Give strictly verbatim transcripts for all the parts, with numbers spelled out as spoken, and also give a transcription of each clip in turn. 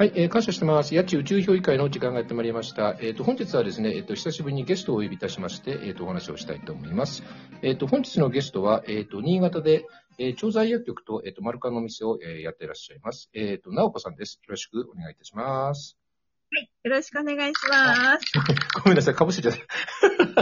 はい、えー、感謝してます。家賃宇宙評議会の時間がやってまいりました。えっ、ー、と、本日はですね、えっ、ー、と、久しぶりにゲストをお呼びいたしまして、えっ、ー、と、お話をしたいと思います。えっ、と、本日のゲストは、えっ、と、新潟で、えー、調剤薬局と、えっ、と、マルカンのお店を、えー、やっていらっしゃいます。えっ、と、直子さんです。よろしくお願いいたします。 はい、よろしくお願いします。 ごめんなさい、かぶせちゃった。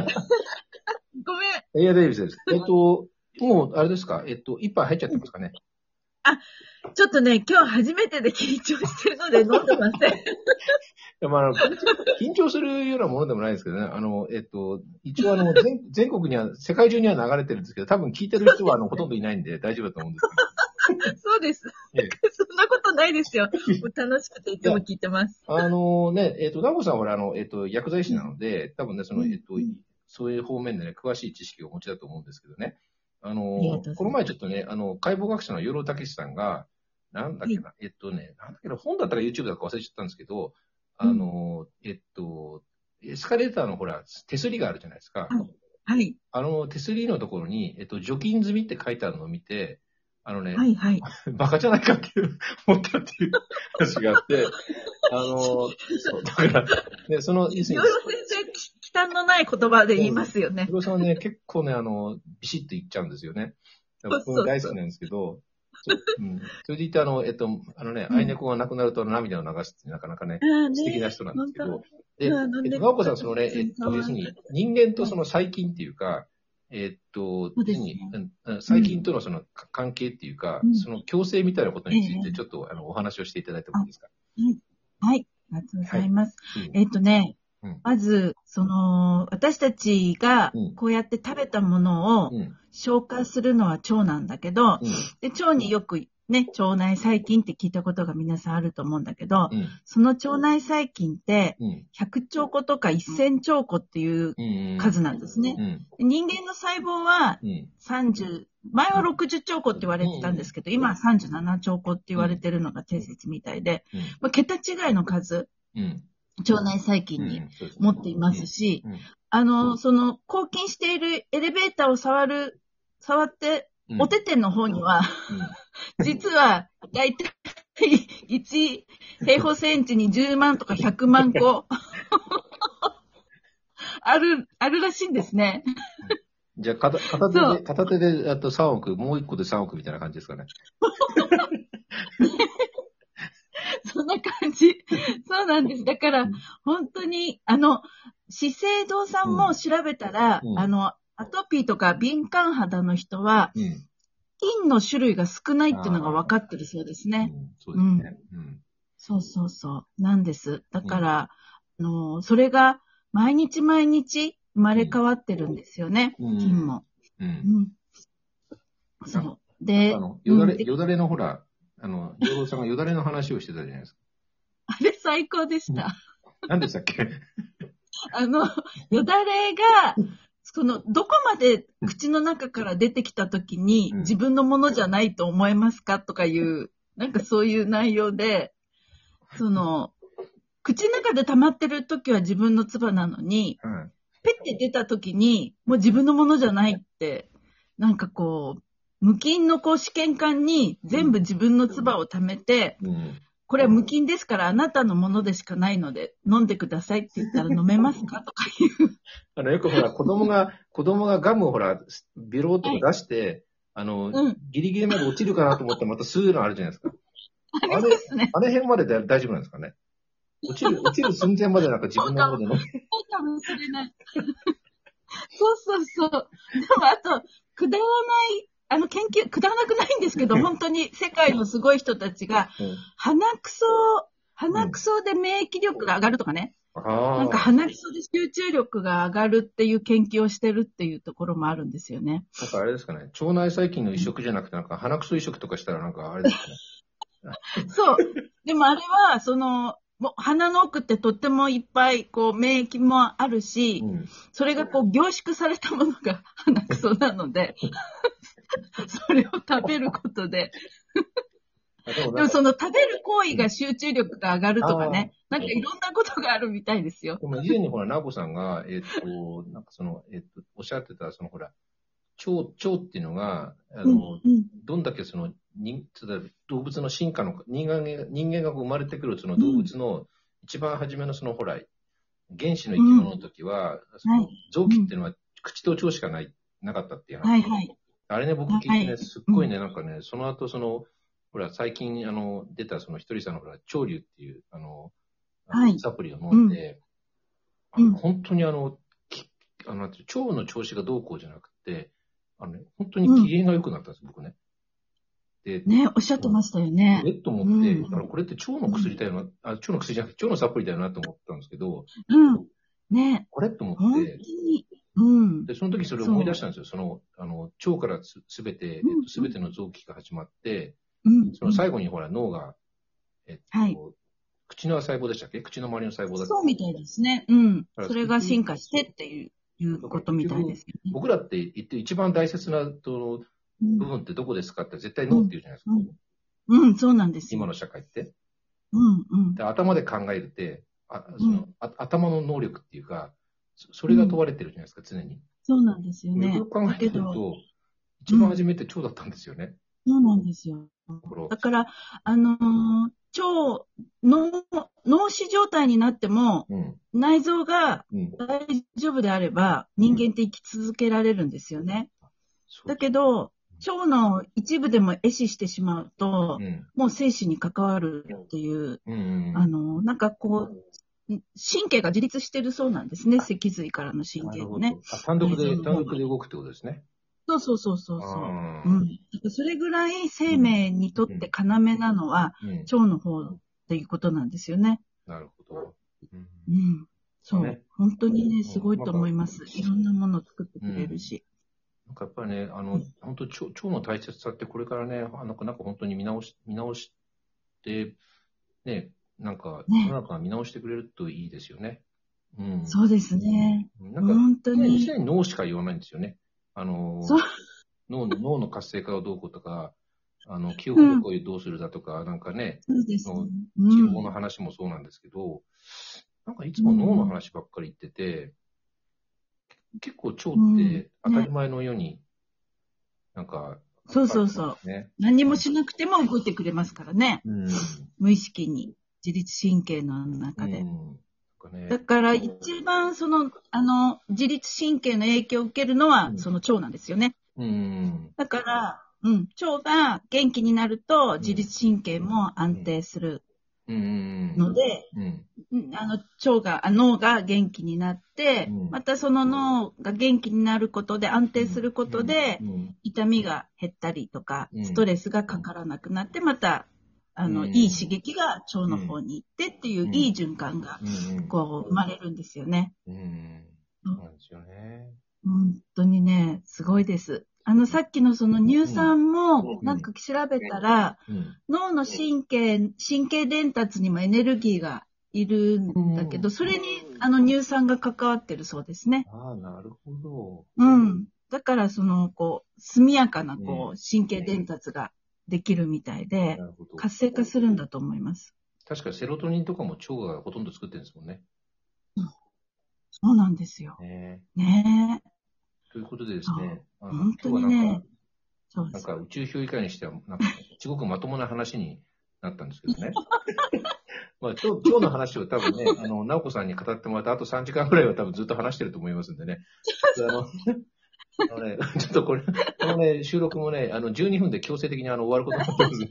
ごめん。いや、大丈夫です。えっ、と、もう、あれですか、えっ、と、一杯入っちゃってますかね。 あ、ちょっとね、今日初めてで緊張してるので飲んでません。いやまあ、あの緊張するようなものでもないですけどね。あの、えっと、一応あの、全全国には、世界中には流れてるんですけど、多分聞いてる人はあのほとんどいないんで大丈夫だと思うんですけど。そうです。ええ、そんなことないですよ。もう楽しくていつも聞いてます。 あのね、えっと、ナゴさんはあの、えっと、薬剤師なので、うん、多分ね、その、えっと、うん、そういう方面でね、詳しい知識をお持ちだと思うんですけどね。あの、この前ちょっとね、あの、解剖学者の養老孟司さんが、なんだっけな、はい、えっとね、なんだっけな、本だったか YouTube だか忘れちゃったんですけど、あの、うん、えっと、エスカレーターのほら、手すりがあるじゃないですか。 はい。 あの、手すりのところに、えっと、除菌済みって書いてあるのを見て、あのね、 はいはい。 バカじゃないかっていう思ったっていう話があって、あの、そう、だから、ね、その、 要するに。養老先生、忌憚のない言葉で言いますよね。 養老さんはね、結構ね、あの、ビシッと言っちゃうんですよね。僕も大好きなんですけど、うん、それでいて、あの、えっと、あのね、愛猫が亡くなると涙を流すってなかなかね、素敵な人なんですけど、で、えっと、直子さん、そのね、えっと、要するに、人間とその細菌っていうか、えっと、要するに、細菌とのその関係っていうか、その共生みたいなことについて、ちょっとあのお話をしていただいてもいいですか？ はい。ありがとうございます。えっとね、まず、その、私たちがこうやって食べたものを消化するのは腸なんだけど、で腸によくね、腸内細菌って聞いたことが皆さんあると思うんだけど、その腸内細菌ってひゃくちょう個とかせんちょう個っていう数なんですね。人間の細胞はさんじゅう、前はろくじゅっちょう個って言われてたんですけど、今はさんじゅうななちょう個って言われてるのが定説みたいで、まあ、桁違いの数。腸内細菌に持っていますし、あの、その、抗菌しているエレベーターを触る、触って、お手手の方には、実は、だいたいいち平方センチにじゅうまんとかひゃくまん個、ある、あるらしいんですね。 じゃあ、片手で、片手で、あとさんおく、もういっこでさんおくみたいな感じですかね。 そんな感じ。そうなんです。だから、うん、本当に、あの、資生堂さんも調べたら、うん、あの、アトピーとか敏感肌の人は、うん、菌の種類が少ないっていうのが分かってるそうですね。 そうですね。 そうそうそう。なんです。だから、あの、それが毎日毎日生まれ変わってるんですよね。菌も。そう。で、 あの、よだれ、よだれのほら、あの、養老さんがよだれの話をしてたじゃないですか。 あれ最高でした。 何でしたっけ？ あの、よだれが、その、どこまで口の中から出てきたときに自分のものじゃないと思えますかとかいう、なんかそういう内容で、その、口の中で溜まってるときは自分の唾なのに、うん、ペッて出たときに、もう自分のものじゃないって、なんかこう、無菌のこう試験管に全部自分の唾を溜めて、うん、これは無菌ですからあなたのものでしかないので飲んでくださいって言ったら飲めますかとかいう。 あの、よくほら、子供が、子供がガムをほら、ビローとか出して、はい、あの、うん、ギリギリまで落ちるかなと思ってまた吸うのあるじゃないですか。 ありますね。 あれ、あれ辺までで大丈夫なんですかね。落ちる、落ちる寸前までなんか自分のもので飲む。 そうかもしれない。そうそうそう。でもあと、くだらない、あの研究、くだらなくないんですけど、本当に世界のすごい人たちが、うん、鼻くそ、鼻くそで免疫力が上がるとかね。うん、なんか鼻くそで集中力が上がるっていう研究をしてるっていうところもあるんですよね。 なんかあれですかね。腸内細菌の移植じゃなくて、なんか鼻くそ移植とかしたらなんかあれですかね。そう。でもあれは、その、もう鼻の奥ってとってもいっぱいこう免疫もあるし、うん、それがこう凝縮されたものが鼻くそなので、それを食べることで。でもその食べる行為が集中力が上がるとかね、なんかいろんなことがあるみたいですよ。 でも以前にほら、なこさんが、えっと、なんかその、えっと、おっしゃってた、そのほら、腸、腸っていうのが、あの、うんうん、どんだけその人例えば動物の進化の、人間が、人間が生まれてくるその動物の一番初めのその、ほら、原始の生き物の時は、うん、その臓器っていうのは口と腸しかない、なかったっていう話。はいはい。あれね、僕聞いてね、すっごいね、なんかね、その後その、ほら、最近、あの、出たそのひとりさんのほら、潮流っていう、あの、はい、サプリを飲んで、うん、あの本当にあの、あの、腸の調子がどうこうじゃなくて、あのね、本当に機嫌が良くなったんです、うん、僕ね。で、 ね、おっしゃってましたよね。 えっと思って、うん、あこれって腸の薬だよな、うん、あ、腸の薬じゃなくて腸のサプリだよなと思ったんですけど、 うん。ね。 これと思って、 うん。 で、その時それを思い出したんですよ。その、あの、腸からすべて、えっと、すべての臓器が始まって、うん、その最後にほら、脳が、えっと、はい、口の細胞でしたっけ？口の周りの細胞だった。 そうみたいですね。うん。それが進化してっていう、いうことみたいですよね。 僕らって言って一番大切なと部分ってどこですかって絶対脳って言うじゃないですか。 うん、うんうん、そうなんですよ。 今の社会って。 うんうん、 で頭で考えるって、あその、うん、あ頭の能力っていうか、それが問われてるじゃないですか、常に。 そうなんですよね。 よく考えてると、一番初めて腸だったんですよね。 そうなんですよ。だから、あのー、腸、脳、脳死状態になっても、うん、内臓が大丈夫であれば、うん、人間って生き続けられるんですよね。うん、だけど、腸の一部でも壊死してしまうと、うん、もう生死に関わるっていう、うんうん、あの、なんかこう、神経が自立してるそうなんですね、脊髄からの神経がね。 単独で、単独で動くってことですね。 そうそうそうそうそう。うん。それぐらい生命にとって要なのは、うんうん、腸の方っていうことなんですよね。 なるほど。 うん。うん、そう、ね。本当にね、すごいと思います。いろんなものを作ってくれるし。 なんかやっぱりね、あの、うん、本当腸、腸の大切さってこれからね、なんか、なんか本当に見直し、見直して、ね、なんか、世の中が見直してくれるといいですよね。うん。 そうですね。なんか、 本当に。常に脳しか言わないんですよね。あの、脳の、脳の活性化をどうこうとか、あの、記憶力をどうするだとか、うん、なんかね、 そうですね。 治療の話もそうなんですけど、なんかいつも脳の話ばっかり言ってて、うん、結構腸って当たり前のように、ね、なんか、 そうそうそう。ね、何もしなくても動いてくれますからね。うん、無意識に、自律神経の中で。うんだから一番その、あの、自律神経の影響を受けるのは、その腸なんですよね。うん、だから、うん、腸が元気になると、自律神経も安定するので、うん、あの腸が、脳が元気になって、うん、またその脳が元気になることで、安定することで、うんうん、痛みが減ったりとか、ストレスがかからなくなって、また、あの、うん、いい刺激が腸の方に行ってっていう、うん、いい循環が、こう、生まれるんですよね。うん。 そうなんですよね。 本当にね、すごいです。あの、さっきのその乳酸も、なんか調べたら、うんうん、脳の神経、神経伝達にもエネルギーがいるんだけど、それに、あの、乳酸が関わってるそうですね。 ああ、なるほど。 うん。だから、その、こう、速やかな、こう、神経伝達ができるみたいで、活性化するんだと思います。 確かセロトニンとかも腸がほとんど作ってるんですもんね。 うん、そうなんですよ。ねえ。ねえ。 ということでですね、 あの本当にね、 なんか、なんか宇宙評議会にしては、なんか、すごくまともな話になったんですけどね。まあ、今日、今日の話を多分ね、あの、直子さんに語ってもらったあとさんじかんぐらいは多分ずっと話してると思いますんでね。あのあのね、ちょっとこれ、このね、収録もね、あの、じゅうにふんで強制的にあの終わることになってます。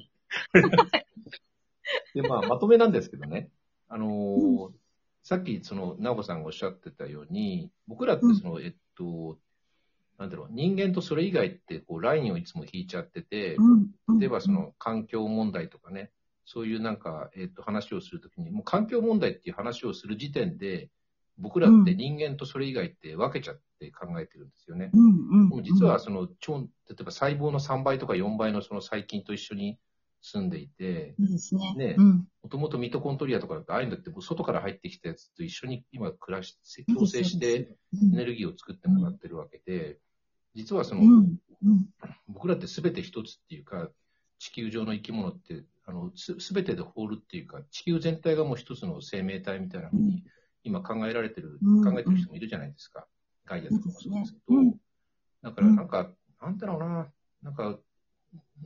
で、まあ、まとめなんですけどね。あのーうん、さっき、その、直子さんがおっしゃってたように、僕らってその、うん、えっと、なんだろう、人間とそれ以外って、こう、ラインをいつも引いちゃってて、うん、例えばその、環境問題とかね、そういうなんか、えっと、話をするときに、もう環境問題っていう話をする時点で、僕らって人間とそれ以外って分けちゃって考えてるんですよね。うんうん、実はその腸、例えば細胞のさんばいとかよんばいのその細菌と一緒に住んでいて、ね、もともとミトコントリアとかだってああいうのって外から入ってきたやつと一緒に今暮らして、共生してエネルギーを作ってもらってるわけで、実はその、うんうん、僕らって全て一つっていうか、地球上の生き物って、あの、すべてでホールっていうか、地球全体がもう一つの生命体みたいなふうに、今考えられてる、考えてる人もいるじゃないですか。ガイアとかもそうですけど。だからなんか、なんだろうな、なんか、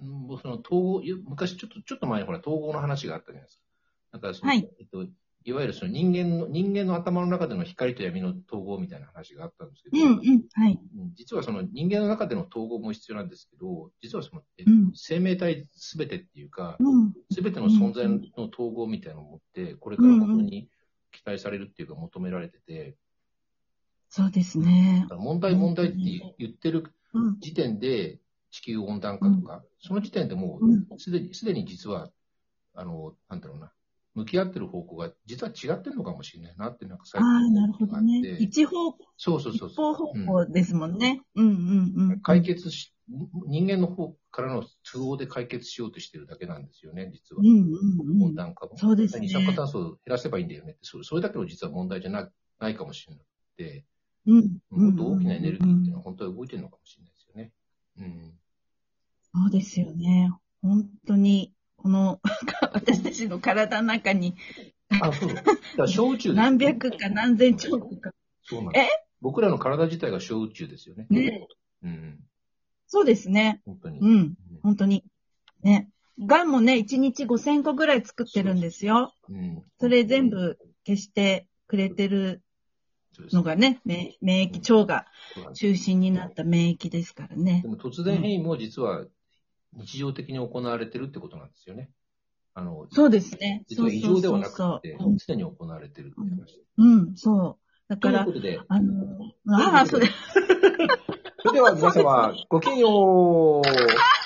その統合、昔ちょっと、ちょっと前にほら、統合の話があったじゃないですか。だからその、 はい。 えっと、いわゆるその人間の、人間の頭の中での光と闇の統合みたいな話があったんですけど、 うんうん、はい。 実はその人間の中での統合も必要なんですけど、実はその、えっとうん、生命体すべてっていうか、すべ、うん、ての存在の統合みたいなのを持って、これから本当に期待されるっていうか求められてて、 そうですね。 問題問題って言ってる時点で地球温暖化とか、うん、その時点でもうすでに、すでに実は、あの、なんだろうな、向き合ってる方向が実は違ってるのかもしれないなってなんか最近ああ、なるほどね。一方向。 そうそうそう。 一方方向ですもんね。うん、うん、うんうん。 解決し、人間の方からの都合で解決しようとしてるだけなんですよね、実は。 うんうんうん。 温暖化も。 そうですね。 二酸化炭素を減らせばいいんだよねって、それそれだけの実は問題じゃなないかもしれなくて、 うん。 もっと大きなエネルギーっていうのは本当は動いてるのかもしれないですよね。うん。 そうですよね。本当に、この、私たちの体の中に、 あ、そう。だから小宇宙です、 ね。何百か何千兆とか。 そうなんです。え僕らの体自体が小宇宙ですよね。 ね。 うん。 そうですね。 本当に。 うん。本当に。ね。ガンもね、いちにちごせんこぐらい作ってるんですよ。そうそう。うん。それ全部消してくれてるのがね、ね免疫、腸が中心になった免疫ですからね。 でも突然変異も実は日常的に行われてるってことなんですよね。あの、 そうですね。 実は異常ではなくて、常に行われてるって話。 うん、うん、そう。だから、 ということで、 あの、ああ、それ。 それでは皆様、ごきげんよう。